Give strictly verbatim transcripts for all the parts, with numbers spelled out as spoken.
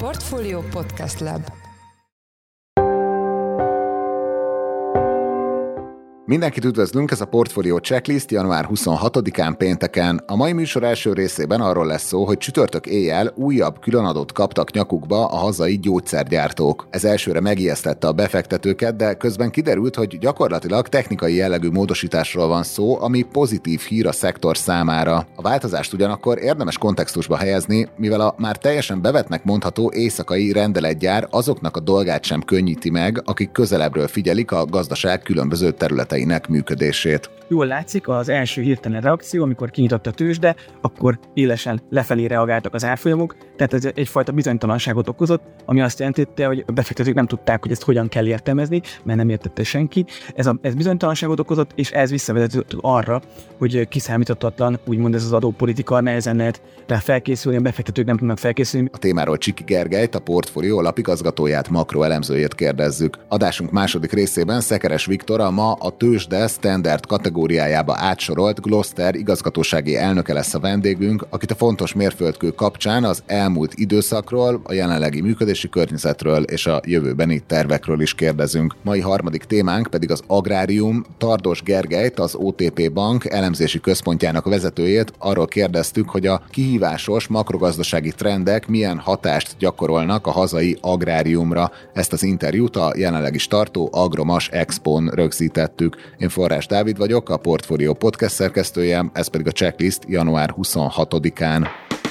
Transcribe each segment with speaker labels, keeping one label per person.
Speaker 1: Portfolio Podcast Lab.
Speaker 2: Mindenkit üdvözlünk, ez a Portfolio Checklist január huszonhatodikán pénteken. A mai műsor első részében arról lesz szó, hogy csütörtök éjjel újabb különadót kaptak nyakukba a hazai gyógyszergyártók. Ez elsőre megijesztette a befektetőket, de közben kiderült, hogy gyakorlatilag technikai jellegű módosításról van szó, ami pozitív hír a szektor számára. A változást ugyanakkor érdemes kontextusba helyezni, mivel a már teljesen bevetnek mondható éjszakai rendeletgyár azoknak a dolgát sem könnyíti meg, akik közelebbről figyelik a gazdaság különböző területeinek működését.
Speaker 3: Jól látszik, az első hirtelen reakció, amikor kinyitott a tőzsde, akkor élesen lefelé reagáltak az árfolyamok, tehát ez egyfajta bizonytalanságot okozott, ami azt jelentette, hogy a befektetők nem tudták, hogy ezt hogyan kell értelmezni, mert nem értette senki. Ez, a, ez bizonytalanságot okozott, és ez visszavezetett arra, hogy kiszámíthatatlan, úgymond ez az adópolitika, nehezen lehet rá felkészülni, a befektetők nem tudnak felkészülni.
Speaker 2: A témáról Csiki Gergelyt, a Portfolio alapigazgatóját, makroelemzőjét kérdezzük. Adásunk második részében Szekeres Viktor, a ma a tőzsde standard kategóriájába átsorolt Gloster igazgatósági elnöke lesz a vendégünk, akit a fontos mérföldkő kapcsán az elmúlt időszakról, a jelenlegi működési környezetről és a jövőbeni tervekről is kérdezünk. Mai harmadik témánk pedig az agrárium. Tardos Gergelyt, az o té pé Bank elemzési központjának vezetőjét arról kérdeztük, hogy a kihívásos makrogazdasági trendek milyen hatást gyakorolnak a hazai agráriumra. Ezt az interjút a jelenleg is tartó Agromas Expon rögzítettük. Én Forrás Dávid vagyok, a Portfolio podcast szerkesztője, ez pedig a checklist január huszonhatodikán.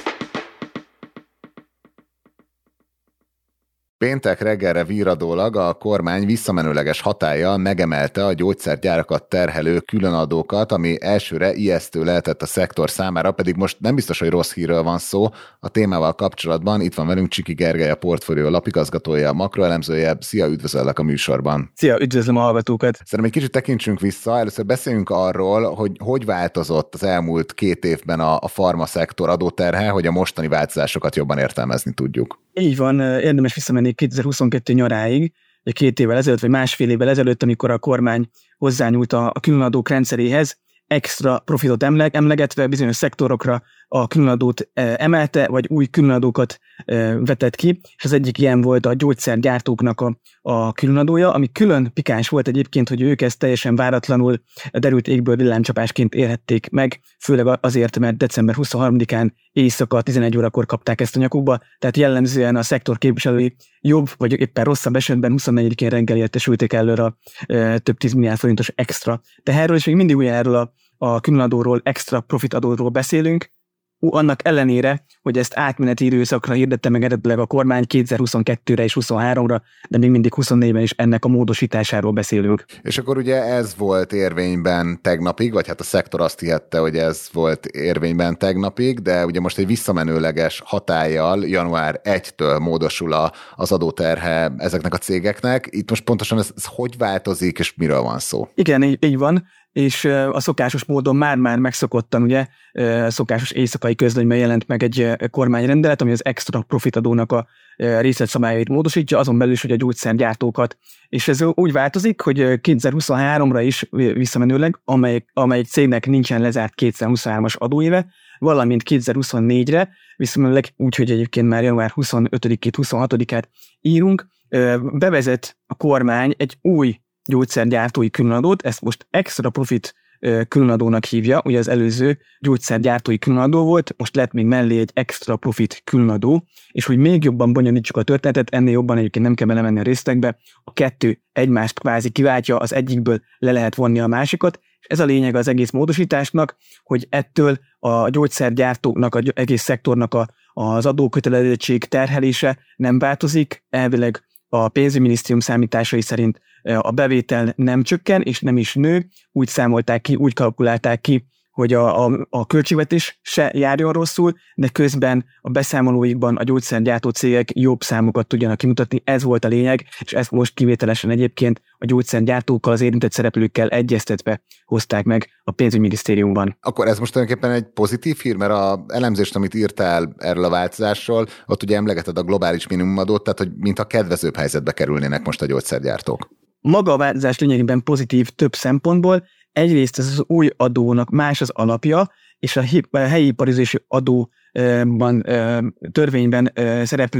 Speaker 2: Péntek reggelre virradólag a kormány visszamenőleges hatállyal megemelte a gyógyszergyárakat terhelő különadókat, ami elsőre ijesztő lehetett a szektor számára, pedig most nem biztos, hogy rossz hírről van szó. A témával kapcsolatban itt van velünk Csiki Gergely, a Portfolio lapigazgatója, a makroelemzője. Szia, üdvözöllek a műsorban.
Speaker 3: Szia, üdvözlöm a hallgatókat.
Speaker 2: Szerintem egy kicsit tekintsünk vissza, először beszéljünk arról, hogy hogy változott az elmúlt két évben a, a farmaszektor adóterhe, hogy a mostani változásokat jobban értelmezni tudjuk.
Speaker 3: Így van, érdemes visszamenni kétezer-huszonkettő nyaráig, két évvel ezelőtt, vagy másfél évvel ezelőtt, amikor a kormány hozzányúlt a, a különadók rendszeréhez, extra profitot emleg, emlegetve bizonyos szektorokra a különadót e, emelte, vagy új különadókat e, vetett ki, és az egyik ilyen volt a gyógyszergyártóknak a, a különadója, ami külön pikáns volt egyébként, hogy ők ezt teljesen váratlanul derült égből villámcsapásként érhették meg, főleg azért, mert december huszonharmadikán éjszaka tizenegy órakor kapták ezt a nyakukba, tehát jellemzően a szektor képviselői jobb, vagy éppen rosszabb esetben huszonnegyedikén reggel értesülték előre a e, több tízmilliárd forintos extra. De erről is még mindig ugyan erről a, a különadóról, extra profit adóról beszélünk, annak ellenére, hogy ezt átmeneti időszakra hirdette meg eredetileg a kormány kétezer-huszonkettőre és huszonháromra, de még mindig huszonnégyben is ennek a módosításáról beszélünk.
Speaker 2: És akkor ugye ez volt érvényben tegnapig, vagy hát a szektor azt hihette, hogy ez volt érvényben tegnapig, de ugye most egy visszamenőleges hatállyal január elsejétől módosul a, az adóterhe ezeknek a cégeknek. Itt most pontosan ez, ez hogy változik, és miről van szó?
Speaker 3: Igen, így, így van. És a szokásos módon már-már megszokottan, ugye, szokásos éjszakai közlönyben jelent meg egy kormányrendelet, ami az extra profit adónak a részletszabályait módosítja, azon belül is, hogy a gyógyszergyártókat. És ez úgy változik, hogy kétezer-huszonháromra is visszamenőleg, amely, amely cégnek nincsen lezárt kétezer-huszonhármas adóéve, valamint kétezer-huszonnégyre, visszamenőleg úgy, hogy egyébként már január huszonötödikét, huszonhatodikát írunk, bevezet a kormány egy új gyógyszergyártói különadót, ezt most extra profit különadónak hívja, ugye az előző gyógyszergyártói különadó volt, most lett még mellé egy extra profit különadó, és hogy még jobban bonyolítsuk a történetet, ennél jobban egyébként nem kell belemenni a részletekbe, a kettő egymást kvázi kiváltja, az egyikből le lehet vonni a másikat, és ez a lényeg az egész módosításnak, hogy ettől a gyógyszergyártóknak, az egész szektornak a, az adókötelezettség terhelése nem változik, elvileg a pénzügyminisztérium számításai szerint a bevétel nem csökken, és nem is nő. Úgy számolták ki, úgy kalkulálták ki, hogy a, a, a költségvetés se járjon rosszul, de közben a beszámolóikban a gyógyszergyártó cégek jobb számokat tudjanak kimutatni. Ez volt a lényeg, és ezt most kivételesen egyébként a gyógyszergyártókkal, az érintett szereplőkkel egyeztetve hozták meg a pénzügyminisztériumban.
Speaker 2: Akkor ez most tulajdonképpen egy pozitív hír, mert az elemzést, amit írtál erről a változásról, ott ugye emlegeted a globális minimumadót, tehát hogy mintha kedvezőbb helyzetbe kerülnének most a gyógyszergyártók.
Speaker 3: Maga a változás lényegében pozitív több szempontból. Egyrészt ez az új adónak más az alapja, és a helyi iparüzési adóban törvényben szereplő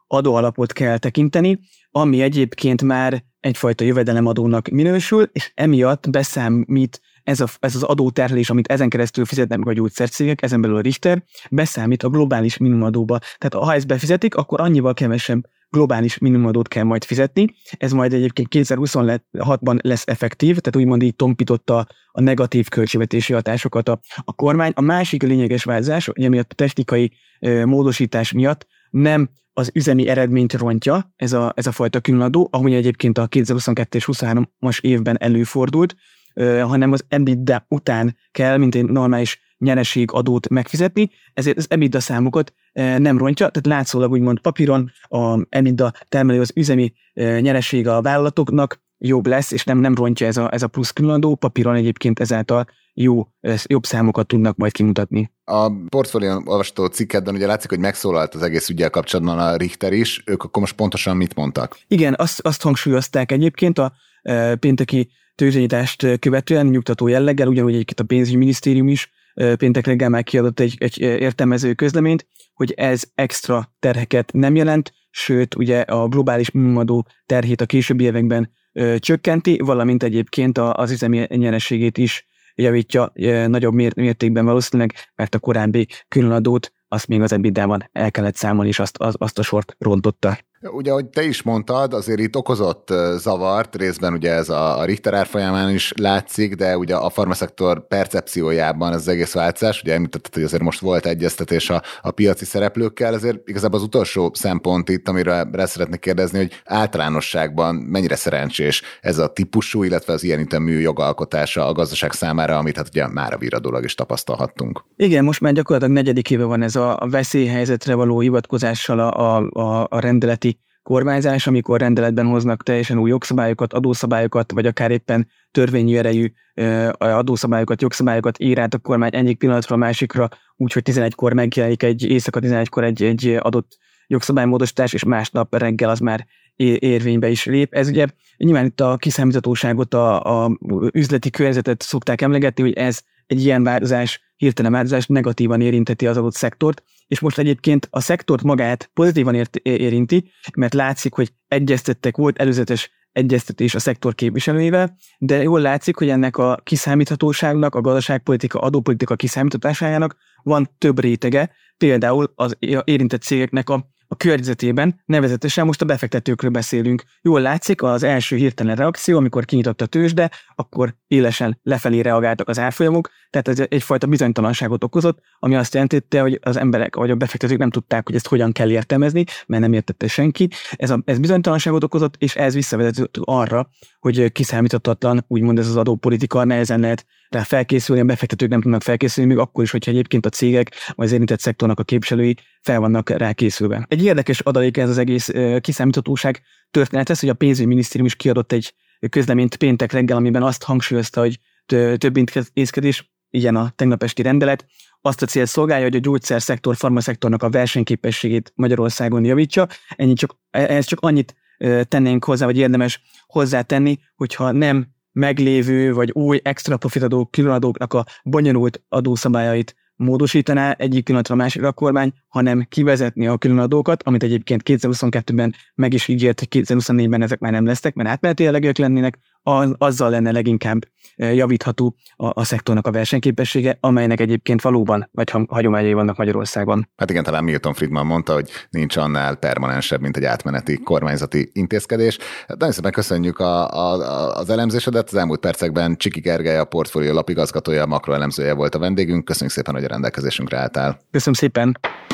Speaker 3: adóalapot kell tekinteni, ami egyébként már egyfajta jövedelemadónak minősül, és emiatt beszámít ez, a, ez az adóterhelés, amit ezen keresztül fizetnek meg a gyógyszercégek, ezen belül a Richter, beszámít a globális minimumadóba. Tehát ha ezt befizetik, akkor annyival kevesebb globális minimumadót kell majd fizetni. Ez majd egyébként kétezer-huszonhatban lesz effektív, tehát úgymond így tompította a negatív költségvetési hatásokat a, a kormány. A másik lényeges változás, hogy emiatt a technikai ö, módosítás miatt nem az üzemi eredményt rontja ez a, ez a fajta különadó, ahogy egyébként a kétezer-huszonkettő és huszonhárom-as évben előfordult, ö, hanem az EBITDA után kell, mint egy normális nyereségadót megfizetni, ezért az EBITDA számokat nem rontja, tehát látszólag úgymond papíron a EBITDA termelő az üzemi nyeresége a vállalatoknak jobb lesz, és nem, nem rontja ez a, ez a plusz különadó, papíron egyébként ezáltal jó, jobb számokat tudnak majd kimutatni.
Speaker 2: A Portfólión olvasható cikkedben ugye látszik, hogy megszólalt az egész ügyel kapcsolatban a Richter is, ők akkor most pontosan mit mondtak?
Speaker 3: Igen, azt, azt hangsúlyozták egyébként a e, pénteki tőzsdényítást követően nyugtató jelleggel, ugyanúgy egyébként a pénzügyminisztérium is péntek reggel már kiadott egy, egy értelmező közleményt, hogy ez extra terheket nem jelent, sőt, ugye a globális minimumadó terhét a későbbi években ö, csökkenti, valamint egyébként a, az üzemi nyereségét is javítja ö, nagyobb mértékben valószínűleg, mert a korábbi különadót azt még az ebidában el kellett számolni, és azt, az, azt a sort rontotta.
Speaker 2: Ugye, ahogy te is mondtad, azért itt okozott zavart, részben ugye ez a Richter árfolyamán is látszik, de ugye a farmaszektor percepciójában ez az egész változás, ugye említetted, hogy azért most volt egyeztetés a, a piaci szereplőkkel, ezért igazából az utolsó szempont itt, amire rá szeretnék kérdezni, hogy általánosságban mennyire szerencsés ez a típusú, illetve az ilyen ütemű jogalkotása a gazdaság számára, amit hát ugye mára virradólag is tapasztalhattunk.
Speaker 3: Igen, most már gyakorlatilag negyedik éve van ez a veszélyhelyzetre való hivatkozással a, a, a rendeleti kormányzás, amikor rendeletben hoznak teljesen új jogszabályokat, adószabályokat, vagy akár éppen törvényű erejű adószabályokat, jogszabályokat ír át a kormány egyik pillanatra a másikra, úgyhogy tizenegykor megjelenik egy éjszaka tizenegykor egy, egy adott jogszabálymódosítás, és másnap reggel az már érvénybe is lép. Ez ugye nyilván itt a kiszámíthatóságot, a, a üzleti környezetet szokták emlegetni, hogy ez egy ilyen változás, hirtelen változás negatívan érinteti az adott szektort, és most egyébként a szektort magát pozitívan ért, érinti, mert látszik, hogy egyeztettek, volt előzetes egyeztetés a szektor képviselőivel, de jól látszik, hogy ennek a kiszámíthatóságnak, a gazdaságpolitika, adópolitika kiszámítatásájának van több rétege, például az érintett cégeknek a a környezetében, nevezetesen most a befektetőkről beszélünk. Jól látszik, az első hirtelen reakció, amikor kinyitott a tőzsde, akkor élesen lefelé reagáltak az árfolyamok, tehát ez egyfajta bizonytalanságot okozott, ami azt jelentette, hogy az emberek vagy a befektetők nem tudták, hogy ezt hogyan kell értelmezni, mert nem értette senki. Ez, a, ez bizonytalanságot okozott, és ez visszavezetett arra, hogy kiszámíthatatlan, úgymond ez az adópolitika, nehezen lehet rá felkészülni, a befektetők nem tudnak felkészülni, még akkor is, hogyha egyébként a cégek vagy az érintett szektornak a képviselői fel vannak rá készülve. Egy érdekes adalék ez az egész kiszámíthatóság történet, ez, hogy a pénzügyminisztérium is kiadott egy közleményt péntek reggel, amiben azt hangsúlyozta, hogy több intézkedés, ilyen a tegnap esti rendelet, azt a cél szolgálja, hogy a gyógyszerszektor, farmaszektornak a versenyképességét Magyarországon javítsa. Ennyi csak, ehhez csak annyit tennénk hozzá, vagy érdemes hozzátenni, hogyha nem meglévő vagy új extra profitadó különadóknak a bonyolult adószabályait módosítaná egyik pillanatra a másikra a kormány, hanem kivezetni a különadókat, amit egyébként kétezer-huszonkettőben meg is ígért, hogy kétezer-huszonnégyben ezek már nem lesznek, mert átmeneti jellegűek lennének, az, azzal lenne leginkább javítható a, a szektornak a versenyképessége, amelynek egyébként valóban vagy hagyományai vannak Magyarországon.
Speaker 2: Hát igen, talán Milton Friedman mondta, hogy nincs annál permanensebb, mint egy átmeneti kormányzati intézkedés. Nagyon szépen köszönjük a, a, az elemzésedet. Az elmúlt percekben Csiki Gergely, a Portfólió lapigazgatója, makroelemzője volt a vendégünk. Köszönjük szépen, hogy a rendelkezésünkre álltál.
Speaker 3: Köszönöm szépen.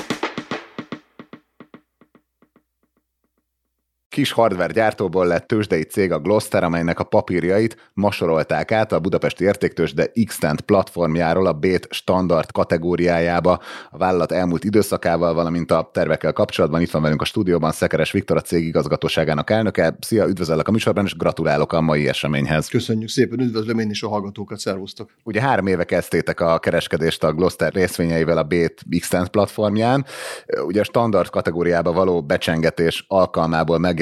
Speaker 2: Kis hardware gyártóból lett tőzsdei cég a Gloster, amelynek a papírjait ma sorolták át a budapesti értéktőzsde Xtant platformjáról a Bét standard kategóriájába. A vállalat elmúlt időszakával, valamint a tervekkel kapcsolatban itt van velünk a stúdióban Szekeres Viktor, a cég igazgatóságának elnöke. Szia, üdvözöllek a műsorban, és gratulálok a mai eseményhez.
Speaker 1: Köszönjük szépen, üdvözlöm én is a hallgatókat, szervusztok.
Speaker 2: Ugye három éve kezdtétek a kereskedést a Gloster részvényeivel a Bét Xtant platformján. Ugye a standard kategóriába való becsengetés alkalmából meg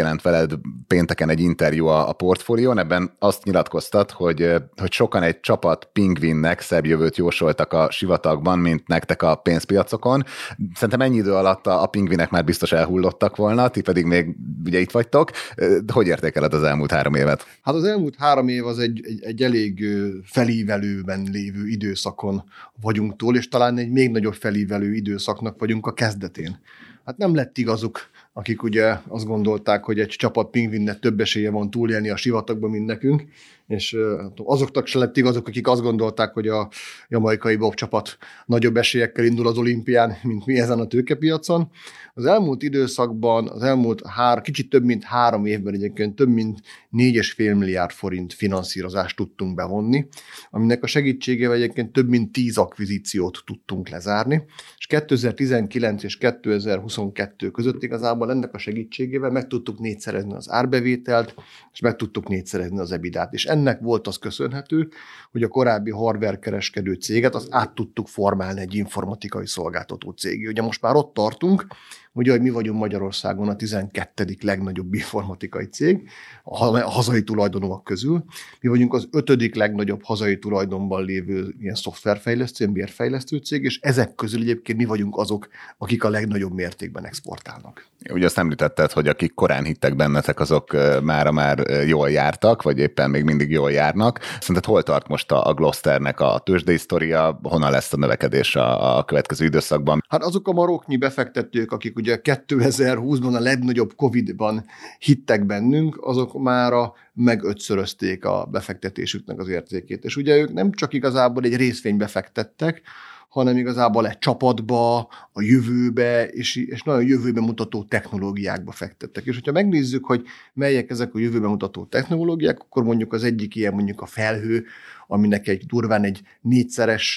Speaker 2: megjelent veled pénteken egy interjú a, a Portfólión, ebben azt nyilatkoztat, hogy, hogy sokan egy csapat pingvinnek szebb jövőt jósoltak a sivatagban, mint nektek a pénzpiacokon. Szerintem ennyi idő alatt a, a pingvinek már biztos elhullottak volna, ti pedig még ugye itt vagytok. Hogy értékeled az elmúlt három évet?
Speaker 1: Hát az elmúlt három év az egy, egy, egy elég felívelőben lévő időszakon vagyunk túl, és talán egy még nagyobb felívelő időszaknak vagyunk a kezdetén. Hát nem lett igazuk, akik ugye azt gondolták, hogy egy csapat pingvinnek több esélye van túlélni a sivatagban, mint nekünk, és azoknak se lett igazuk, akik azt gondolták, hogy a jamaikai bob csapat nagyobb esélyekkel indul az olimpián, mint mi ezen a tőkepiacon. Az elmúlt időszakban, az elmúlt hár, kicsit több mint három évben egyébként több mint négy egész öt milliárd forint finanszírozást tudtunk bevonni, aminek a segítségével egyébként több mint tíz akvizíciót tudtunk lezárni, és kétezer-tizenkilenc és kétezer-huszonkettő között igazából ennek a segítségével meg tudtuk négyszerezni az árbevételt, és meg tudtuk négyszerezni az ebidát. És ennek volt az köszönhető, hogy a korábbi hardware kereskedő céget azt át tudtuk formálni egy informatikai szolgáltató cégé. Ugye most már ott tartunk, ugye, hogy mi vagyunk Magyarországon a tizenkettedik legnagyobb informatikai cég, a hazai tulajdonúak közül. Mi vagyunk az ötödik legnagyobb hazai tulajdonban lévő ilyen szoftverfejlesztő, bérfejlesztő cég, és ezek közül egyébként mi vagyunk azok, akik a legnagyobb mértékben exportálnak.
Speaker 2: Ugye azt említetted, hogy akik korán hittek bennetek, azok mára már jól jártak, vagy éppen még mindig jól járnak. Szerinted hol tart most a Glosternek a tőzsdei sztoria, honnan lesz a növekedés a, a következő időszakban?
Speaker 1: Hát azok a maroknyi befektetők, akik ugye kétezer-húszban a legnagyobb Covidban hittek bennünk, azok mára megötszörözték a befektetésüknek az értékét. És ugye ők nem csak igazából egy részvénybe fektettek, hanem igazából egy csapatba, a jövőbe, és, és nagyon jövőbe mutató technológiákba fektettek. És hogyha megnézzük, hogy melyek ezek a jövőbe mutató technológiák, akkor mondjuk az egyik ilyen mondjuk a felhő, aminek egy durván egy négyszeres,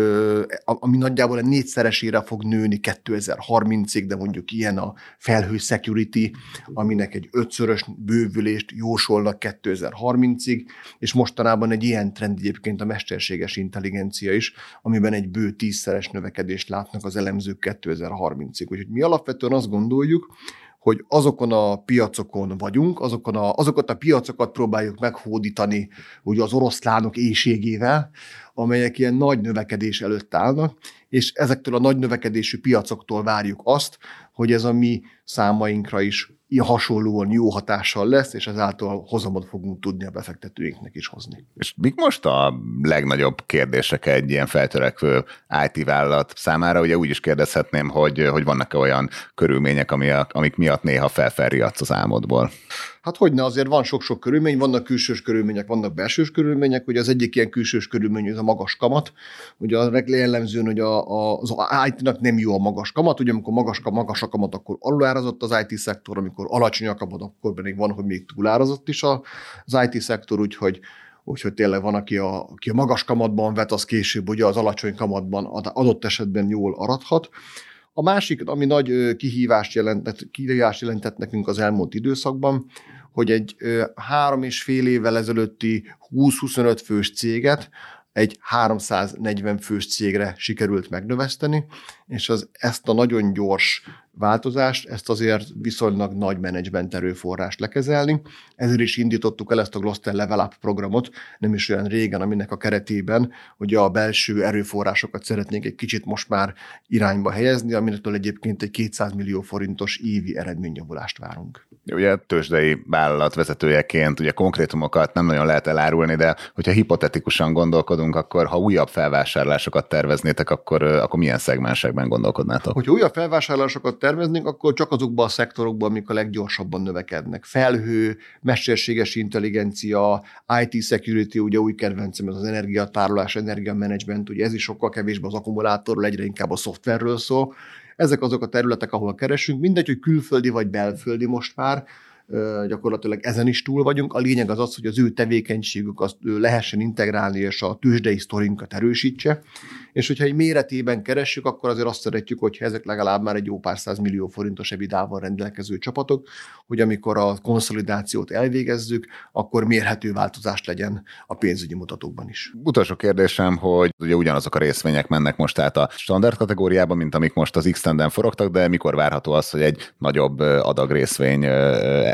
Speaker 1: ami nagyjából egy négyszeresére fog nőni kétezer-harmincig, de mondjuk ilyen a felhő security, aminek egy ötszörös bővülést jósolnak kétezer-harmincig, és mostanában egy ilyen trend egyébként a mesterséges intelligencia is, amiben egy bő tízszeres növekedést látnak az elemzők kétezer-harmincig. Úgyhogy mi alapvetően azt gondoljuk, hogy azokon a piacokon vagyunk, azokon a, azokat a piacokat próbáljuk meghódítani ugye az oroszlánok éhségével, amelyek ilyen nagy növekedés előtt állnak, és ezektől a nagy növekedésű piacoktól várjuk azt, hogy ez a mi számainkra is ilyen hasonlóan jó hatással lesz, és ezáltal hozamot fogunk tudni a befektetőinknek is hozni.
Speaker 2: És mik most a legnagyobb kérdések egy ilyen feltörekvő i té vállalat számára? Ugye úgy is kérdezhetném, hogy, hogy vannak-e olyan körülmények, amik miatt néha felfelriadsz az álmodból?
Speaker 1: Hát hogyne, azért van sok-sok körülmény, vannak külsős körülmények, vannak belsős körülmények, ugye az egyik ilyen külsős körülmény az a magas kamat, ugye a jellemzően, hogy a, a, az i té-nak nem jó a magas kamat, ugye amikor magas, magas a kamat, akkor alulárazott az i té szektor, amikor alacsony a kamat, akkor pedig van, hogy még túlárazott is az i té szektor, úgyhogy Úgyhogy tényleg van, aki a, aki a magas kamatban vet, az később ugye az alacsony kamatban adott esetben jól aradhat. A másik, ami nagy kihívást jelentett, kihívást jelentett nekünk az elmúlt időszakban, hogy egy három és fél évvel ezelőtti húsz-huszonöt fős céget egy háromszáznegyven fős cégre sikerült megnöveszteni, és az, ezt a nagyon gyors változást, ezt azért viszonylag nagy menedzsment erőforrást lekezelni. Ezért is indítottuk el ezt a Gloster Level Up programot, nem is olyan régen, aminek a keretében, hogy a belső erőforrásokat szeretnénk egy kicsit most már irányba helyezni, aminek egyébként egy kétszáz millió forintos évi eredményjavulást várunk.
Speaker 2: Ugye tőzsdei vállalat vezetőjeként ugye konkrétumokat nem nagyon lehet elárulni, de hogyha hipotetikusan gondolkodunk, akkor ha újabb felvásárlásokat terveznétek, akkor, akkor milyen szegmensekben gondolkodnátok?
Speaker 1: Hogyha újabb felvásárlásokat terveznénk, akkor csak azokban a szektorokban, amik a leggyorsabban növekednek. Felhő, mesterséges intelligencia, i té security, ugye új kedvencem, ez az energiatárolás, energiamenedzsment, ugye ez is sokkal kevésbé az akkumulátorról, egyre inkább a szoftverről szól. Ezek azok a területek, ahol keresünk, mindegy, hogy külföldi vagy belföldi most már, gyakorlatilag ezen is túl vagyunk. A lényeg az az, hogy az ő tevékenységük azt lehessen integrálni, és a tőzsdei sztorinkat erősítse. És hogyha egy méretében keressük, akkor azért azt szeretjük, hogy ezek legalább már egy jó pár száz millió forintos ebidával rendelkező csapatok, hogy amikor a konszolidációt elvégezzük, akkor mérhető változást legyen a pénzügyi mutatókban is.
Speaker 2: Utolsó kérdésem, hogy ugye ugyanazok a részvények mennek most át a standard kategóriában, mint amik most az X-Tenden forogtak, de mikor várható az, hogy egy nagyobb adag részvény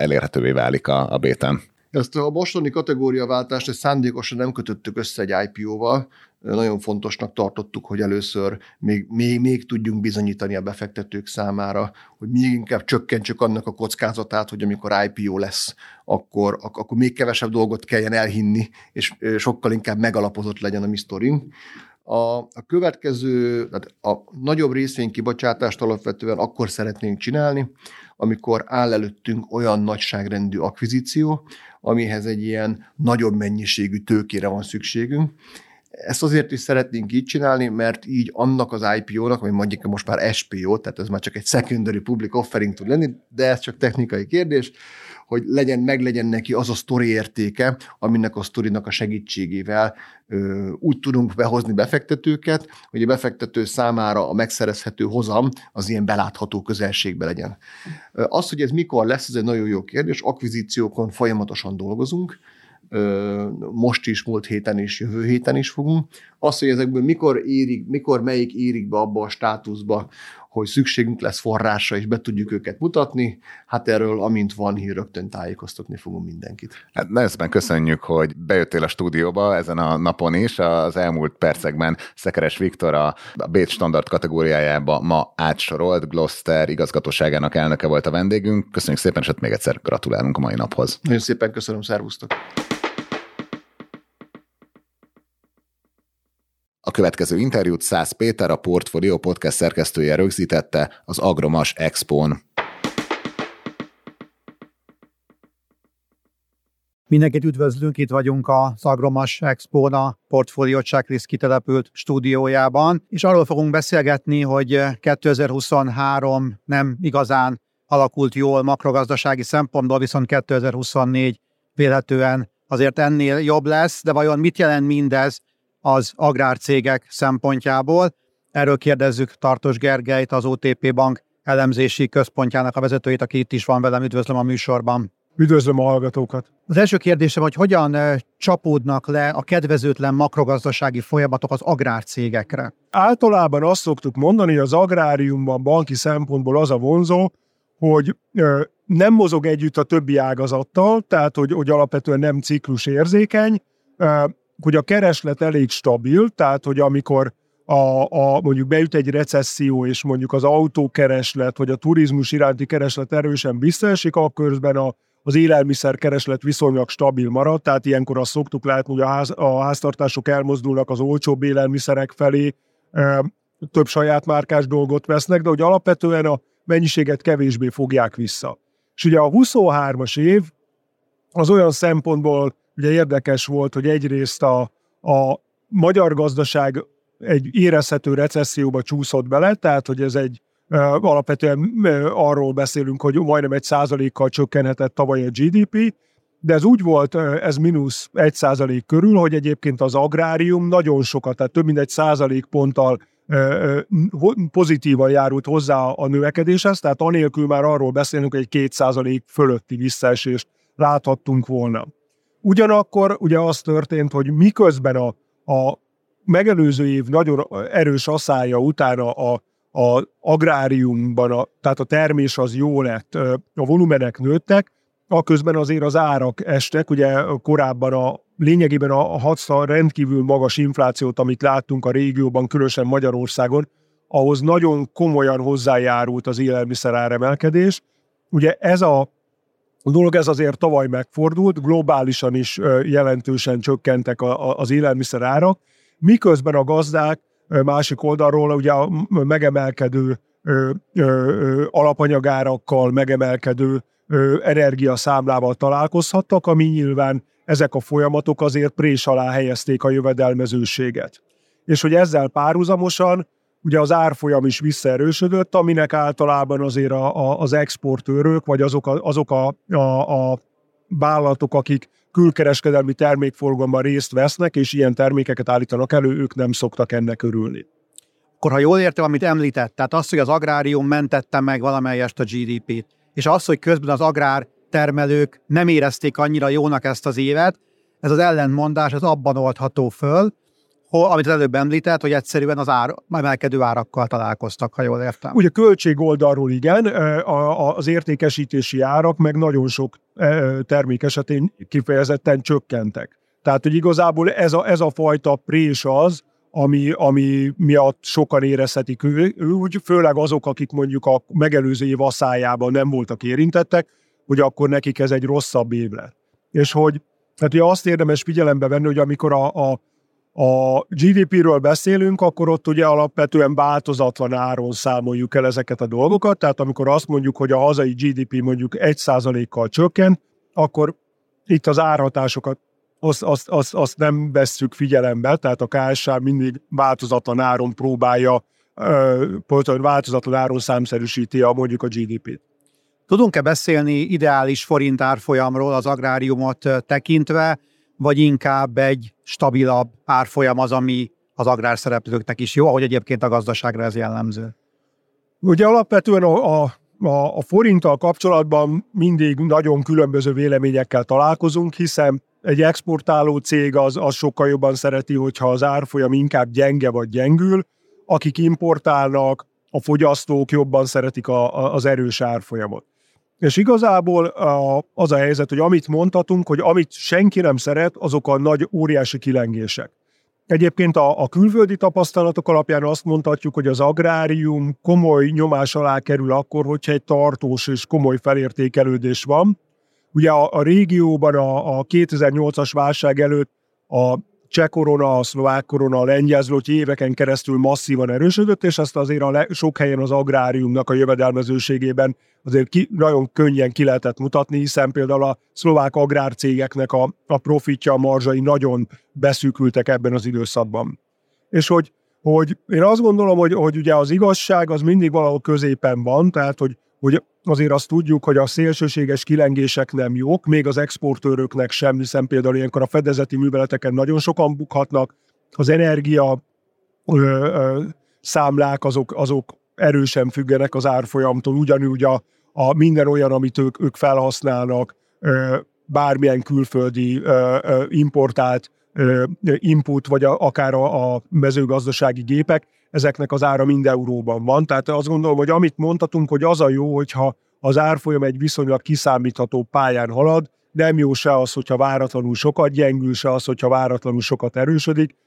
Speaker 2: elérhetővé válik a, a béten.
Speaker 1: Ezt a mostani kategóriaváltást ezt szándékosan nem kötöttük össze egy I P O-val. Nagyon fontosnak tartottuk, hogy először még, még, még tudjunk bizonyítani a befektetők számára, hogy még inkább csökkentsük annak a kockázatát, hogy amikor I P O lesz, akkor, akkor még kevesebb dolgot kelljen elhinni, és sokkal inkább megalapozott legyen a mi sztorink. A, a következő, a nagyobb részvénykibocsátást alapvetően akkor szeretnénk csinálni, amikor áll előttünk olyan nagyságrendű akvizíció, amihez egy ilyen nagyobb mennyiségű tőkére van szükségünk. Ezt azért is szeretnénk így csinálni, mert így annak az I P O-nak, vagy mondjuk most már S P O, tehát ez már csak egy secondary public offering tud lenni, de ez csak technikai kérdés, hogy legyen, meg legyen neki az a sztori értéke, aminek a sztorinak a segítségével ö, úgy tudunk behozni befektetőket, hogy a befektető számára a megszerezhető hozam az ilyen belátható közelségben legyen. Az, hogy ez mikor lesz, ez egy nagyon jó kérdés. Akvizíciókon folyamatosan dolgozunk, most is, múlt héten is, jövő héten is fogunk. Az, hogy ezekből mikor érik, mikor melyik érik be abba a státuszba, hogy szükségünk lesz forrásra, és be tudjuk őket mutatni, hát erről, amint van hír, rögtön tájékoztatni fogunk mindenkit.
Speaker 2: Hát nagyon szépen köszönjük, hogy bejöttél a stúdióba ezen a napon is. Az elmúlt percekben Szekeres Viktor a Bét standard kategóriájába ma átsorolt Gloster igazgatóságának elnöke volt a vendégünk. Köszönjük szépen, és még egyszer gratulálunk a mai naphoz.
Speaker 1: Nagyon szépen köszönöm, szervusztok!
Speaker 2: A következő interjút Szász Péter, a Portfolio podcast szerkesztője rögzítette az Agromas Expón.
Speaker 4: Mindenkit üdvözlünk, itt vagyunk az Agromas Expón, a Portfolio Checklist kitelepült stúdiójában, és arról fogunk beszélgetni, hogy kétezer-huszonhárom nem igazán alakult jól makrogazdasági szempontból, viszont kétezer-huszonnégy vélhetően azért ennél jobb lesz, de vajon mit jelent mindez az agrárcégek szempontjából? Erről kérdezzük Tartos Gergelyt, az o té pé Bank elemzési központjának a vezetőjét, aki itt is van velem. Üdvözlöm a műsorban.
Speaker 5: Üdvözlöm a hallgatókat.
Speaker 4: Az első kérdésem, hogy hogyan csapódnak le a kedvezőtlen makrogazdasági folyamatok az agrárcégekre?
Speaker 5: Általában azt szoktuk mondani, hogy az agráriumban banki szempontból az a vonzó, hogy ö, nem mozog együtt a többi ágazattal, tehát hogy, hogy alapvetően nem ciklusérzékeny, ö, hogy a kereslet elég stabil, tehát hogy amikor a, a, mondjuk beüt egy recesszió, és mondjuk az autókereslet, vagy a turizmus iránti kereslet erősen visszaesik, akkor közben a, az élelmiszer kereslet viszonylag stabil marad, tehát ilyenkor azt szoktuk látni, hogy a, ház, a háztartások elmozdulnak az olcsóbb élelmiszerek felé, e, több saját márkás dolgot vesznek, de hogy alapvetően a mennyiséget kevésbé fogják vissza. És ugye a huszonhármas év az olyan szempontból ugye érdekes volt, hogy egyrészt a, a magyar gazdaság egy érezhető recesszióba csúszott bele, tehát hogy ez egy uh, alapvetően uh, arról beszélünk, hogy majdnem egy százalékkal csökkenhetett tavaly a gé dé pé, de ez úgy volt, uh, ez mínusz egy százalék körül, hogy egyébként az agrárium nagyon sokat, tehát több mint egy százalék ponttal uh, uh, pozitívan járult hozzá a növekedéshez, tehát anélkül már arról beszélünk, hogy egy két százalék fölötti visszaesést láthattunk volna. Ugyanakkor ugye az történt, hogy miközben a, a megelőző év nagyon erős asszája után a, a agráriumban, a, tehát a termés az jó lett, a volumenek nőttek, aközben azért az árak estek, ugye korábban a lényegében a hatszor rendkívül magas inflációt, amit láttunk a régióban, különösen Magyarországon, ahhoz nagyon komolyan hozzájárult az élelmiszer áremelkedés. Ugye ez a A dolog ez azért tavaly megfordult, globálisan is jelentősen csökkentek az élelmiszer árak, miközben a gazdák másik oldalról ugye a megemelkedő alapanyagárakkal, megemelkedő energiaszámlával találkozhattak, ami nyilván ezek a folyamatok azért prés alá helyezték a jövedelmezőséget. És hogy ezzel párhuzamosan ugye az árfolyam is visszaerősödött, aminek általában azért a, a, az exportőrök, vagy azok, a, azok a, a, a vállalatok, akik külkereskedelmi termékforgalomban részt vesznek, és ilyen termékeket állítanak elő, ők nem szoktak ennek örülni.
Speaker 4: Akkor ha jól értem, amit említett, tehát az, hogy az agrárium mentette meg valamelyest a gé dé pét, és az, hogy közben az agrártermelők nem érezték annyira jónak ezt az évet, ez az ellentmondás az abban oldható föl, amit az előbb említett, hogy egyszerűen az ár, emelkedő árakkal találkoztak, ha jól értem.
Speaker 5: Ugye költség oldalról igen, az értékesítési árak meg nagyon sok termék esetén kifejezetten csökkentek. Tehát, hogy igazából ez a, ez a fajta prés az, ami, ami miatt sokan érezhetik úgy, főleg azok, akik mondjuk a megelőző év asszájában nem voltak érintettek, hogy akkor nekik ez egy rosszabb év lett. És hogy hát ugye azt érdemes figyelembe venni, hogy amikor a, a, a gé dé pé-ről beszélünk, akkor ott ugye alapvetően változatlan áron számoljuk el ezeket a dolgokat, tehát amikor azt mondjuk, hogy a hazai gé dé pé mondjuk egy százalékkal csökken, akkor itt az árhatásokat azt, azt, azt, azt nem vesszük figyelembe, tehát a ká es há mindig változatlan áron próbálja, változatlan áron számszerűsíti a, mondjuk a gé dé pét.
Speaker 4: Tudunk-e beszélni ideális forint árfolyamról az agráriumot tekintve, vagy inkább egy stabilabb árfolyam az, ami az agrárszereplőknek is jó, ahogy egyébként a gazdaságra ez jellemző?
Speaker 5: Ugye alapvetően a, a, a forinttal kapcsolatban mindig nagyon különböző véleményekkel találkozunk, hiszen egy exportáló cég az, az sokkal jobban szereti, hogyha az árfolyam inkább gyenge vagy gyengül, akik importálnak, a fogyasztók jobban szeretik a, a, az erős árfolyamot. És igazából az a helyzet, hogy amit mondhatunk, hogy amit senki nem szeret, azok a nagy óriási kilengések. Egyébként a, a külföldi tapasztalatok alapján azt mondhatjuk, hogy az agrárium komoly nyomás alá kerül akkor, hogyha egy tartós és komoly felértékelődés van. Ugye a, a régióban a, a kétezer-nyolcas válság előtt a cseh korona, a szlovák korona, a lengyel zloty éveken keresztül masszívan erősödött, és ezt azért a le, sok helyen az agráriumnak a jövedelmezőségében azért ki, nagyon könnyen ki lehetett mutatni, hiszen például a szlovák agrárcégeknek a, a profitja, a marzsai nagyon beszűkültek ebben az időszakban. És hogy, hogy én azt gondolom, hogy, hogy ugye az igazság az mindig valahol középen van, tehát hogy, hogy azért azt tudjuk, hogy a szélsőséges kilengések nem jók, még az exportőröknek sem, hiszen például ilyenkor a fedezeti műveleteken nagyon sokan bukhatnak, az energia ö, ö, számlák azok, azok erősen függenek az árfolyamtól, ugyanúgy a, a minden olyan, amit ők, ők felhasználnak, ö, bármilyen külföldi ö, ö, importált ö, input, vagy a, akár a, a mezőgazdasági gépek, ezeknek az ára mind euróban van. Tehát azt gondolom, hogy amit mondhatunk, hogy az a jó, hogyha az árfolyam egy viszonylag kiszámítható pályán halad, nem jó se az, hogyha váratlanul sokat gyengül, se az, hogyha váratlanul sokat erősödik,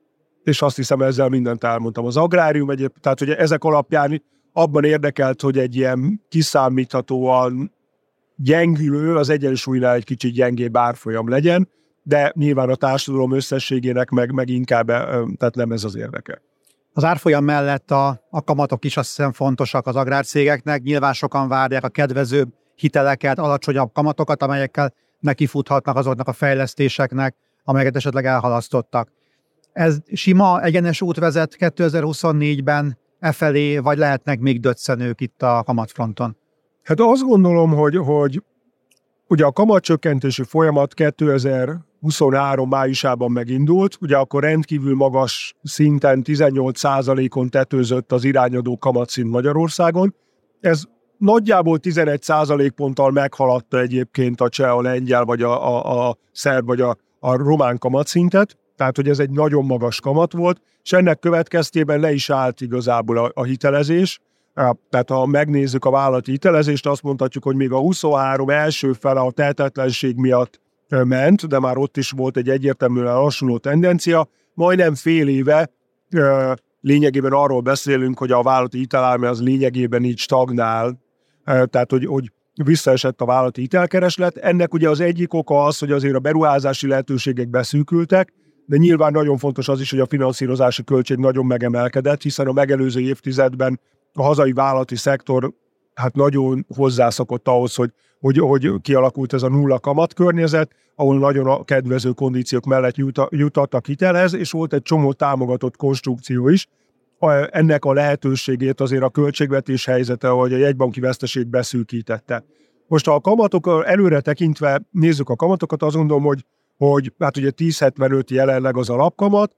Speaker 5: és azt hiszem, ezzel mindent elmondtam. Az agrárium egyébként, tehát ugye ezek alapján abban érdekelt, hogy egy ilyen kiszámíthatóan gyengülő, az egyensúlynál egy kicsit gyengébb árfolyam legyen, de nyilván a társadalom összességének meg, meg inkább, tehát nem ez az érdeke.
Speaker 4: Az árfolyam mellett a, a kamatok is azt hiszem fontosak az agrárcégeknek. Nyilván sokan várják a kedvezőbb hiteleket, alacsonyabb kamatokat, amelyekkel nekifuthatnak azoknak a fejlesztéseknek, amelyeket esetleg elhalasztottak. Ez sima, egyenes út vezet kétezer-huszonnégyben e felé, vagy lehetnek még döccenők itt a kamatfronton?
Speaker 5: Hát azt gondolom, hogy, hogy ugye a kamatcsökkentési folyamat kétezer-huszonhárom májusában megindult, ugye akkor rendkívül magas szinten tizennyolc százalékon tetőzött az irányadó kamatszint Magyarországon. Ez nagyjából tizenegy százalékponttal meghaladta egyébként a cseh, a lengyel, vagy a, a, a szerb, vagy a, a román kamatszintet, tehát hogy ez egy nagyon magas kamat volt, és ennek következtében le is állt igazából a, a hitelezés. Tehát ha megnézzük a vállalati hitelezést, azt mondhatjuk, hogy még a huszonhárom első fele a tehetetlenség miatt ment, de már ott is volt egy egyértelműen lassuló tendencia. Majdnem fél éve lényegében arról beszélünk, hogy a vállalati hitelállomány az lényegében így stagnál, tehát hogy, hogy visszaesett a vállalati hitelkereslet. Ennek ugye az egyik oka az, hogy azért a beruházási lehetőségek beszűkültek, de nyilván nagyon fontos az is, hogy a finanszírozási költség nagyon megemelkedett, hiszen a megelőző évtizedben a hazai vállalati szektor hát nagyon hozzászokott ahhoz, hogy, hogy, hogy kialakult ez a nulla kamat környezet, ahol nagyon kedvező kondíciók mellett jutottak hitelhez, és volt egy csomó támogatott konstrukció is. Ennek a lehetőségét azért a költségvetés helyzete, vagy a jegybanki veszteség beszűkítette. Most ha a kamatok előre tekintve nézzük a kamatokat, azt gondolom, hogy, hogy hát ugye tíz egész hetvenöt jelenleg az alapkamat,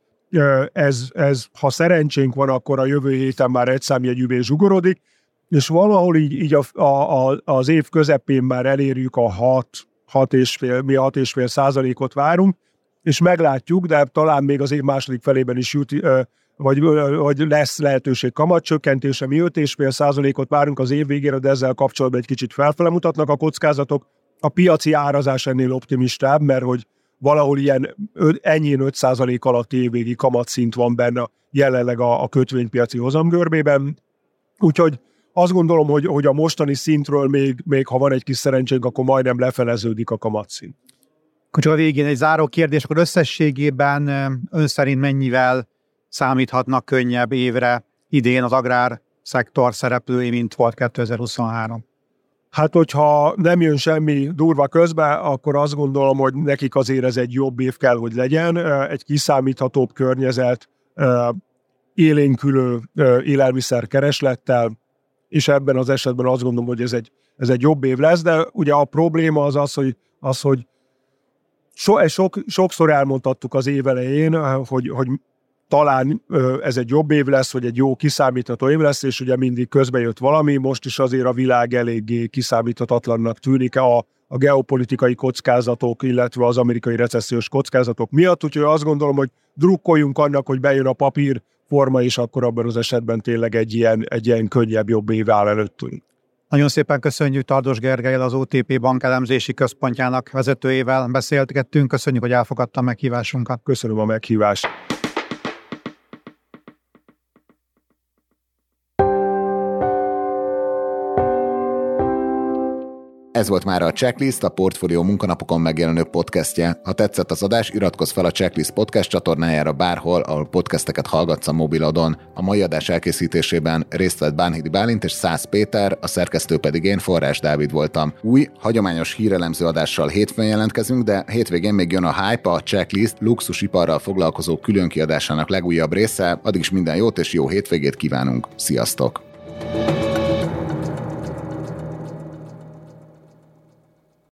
Speaker 5: Ez, ez, ha szerencsénk van, akkor a jövő héten már egy számjegyűvé zsugorodik, és valahol így, így a, a, az év közepén már elérjük a hat, hat és fél, mi hat és fél százalékot várunk, és meglátjuk, de talán még az év második felében is jut, vagy, vagy lesz lehetőség kamatcsökkentése. Mi öt egész öt százalékot várunk az év végére, de ezzel kapcsolatban egy kicsit felfele mutatnak a kockázatok. A piaci árazás ennél optimistább, mert hogy valahol ilyen enyhén öt százalék alatt évvégi kamatszint van benne jelenleg a, a kötvénypiaci hozamgörbében. Úgyhogy azt gondolom, hogy, hogy a mostani szintről még, még ha van egy kis szerencsénk, akkor majdnem lefeleződik a kamatszint.
Speaker 4: Akkor csak a végén egy záró kérdés, akkor összességében ön szerint mennyivel számíthatnak könnyebb évre idén az agrárszektor szereplői, mint volt kétezer-huszonhárom?
Speaker 5: Hát, hogyha nem jön semmi durva közbe, akkor azt gondolom, hogy nekik azért ez egy jobb év kell, hogy legyen, egy kiszámíthatóbb környezet, élénkülő élelmiszer kereslettel, és ebben az esetben azt gondolom, hogy ez egy, ez egy jobb év lesz, de ugye a probléma az az, hogy, az, hogy so, sok, sokszor elmondhattuk az év elején, hogy, hogy talán ez egy jobb év lesz, vagy egy jó kiszámítható év lesz, és ugye mindig közben jött valami, most is azért a világ eléggé kiszámíthatatlannak tűnik a, a geopolitikai kockázatok, illetve az amerikai recessziós kockázatok miatt, úgyhogy azt gondolom, hogy drukkoljunk annak, hogy bejön a papír forma, és akkor abban az esetben tényleg egy ilyen, egy ilyen könnyebb, jobb év áll előttünk.
Speaker 4: Nagyon szépen köszönjük Tardos Gergellyel, az o té pé Bank elemzési központjának vezetőjével beszélgettünk. Köszönjük, hogy elfogadta a meghívásunkat.
Speaker 5: Köszönöm a meghívást.
Speaker 2: Ez volt már a Checklist, a Portfolio munkanapokon megjelenő podcastje. Ha tetszett az adás, iratkozz fel a Checklist podcast csatornájára bárhol, ahol podcasteket hallgatsz a mobilodon. A mai adás elkészítésében részt vett Bánhidi Bálint és Szász Péter, a szerkesztő pedig én, Forrás Dávid voltam. Új, hagyományos hírelemző adással hétfőn jelentkezünk, de hétvégén még jön a Hype, a Checklist luxusiparral foglalkozó különkiadásának legújabb része. Addig is minden jót és jó hétvégét kívánunk. Sziasztok!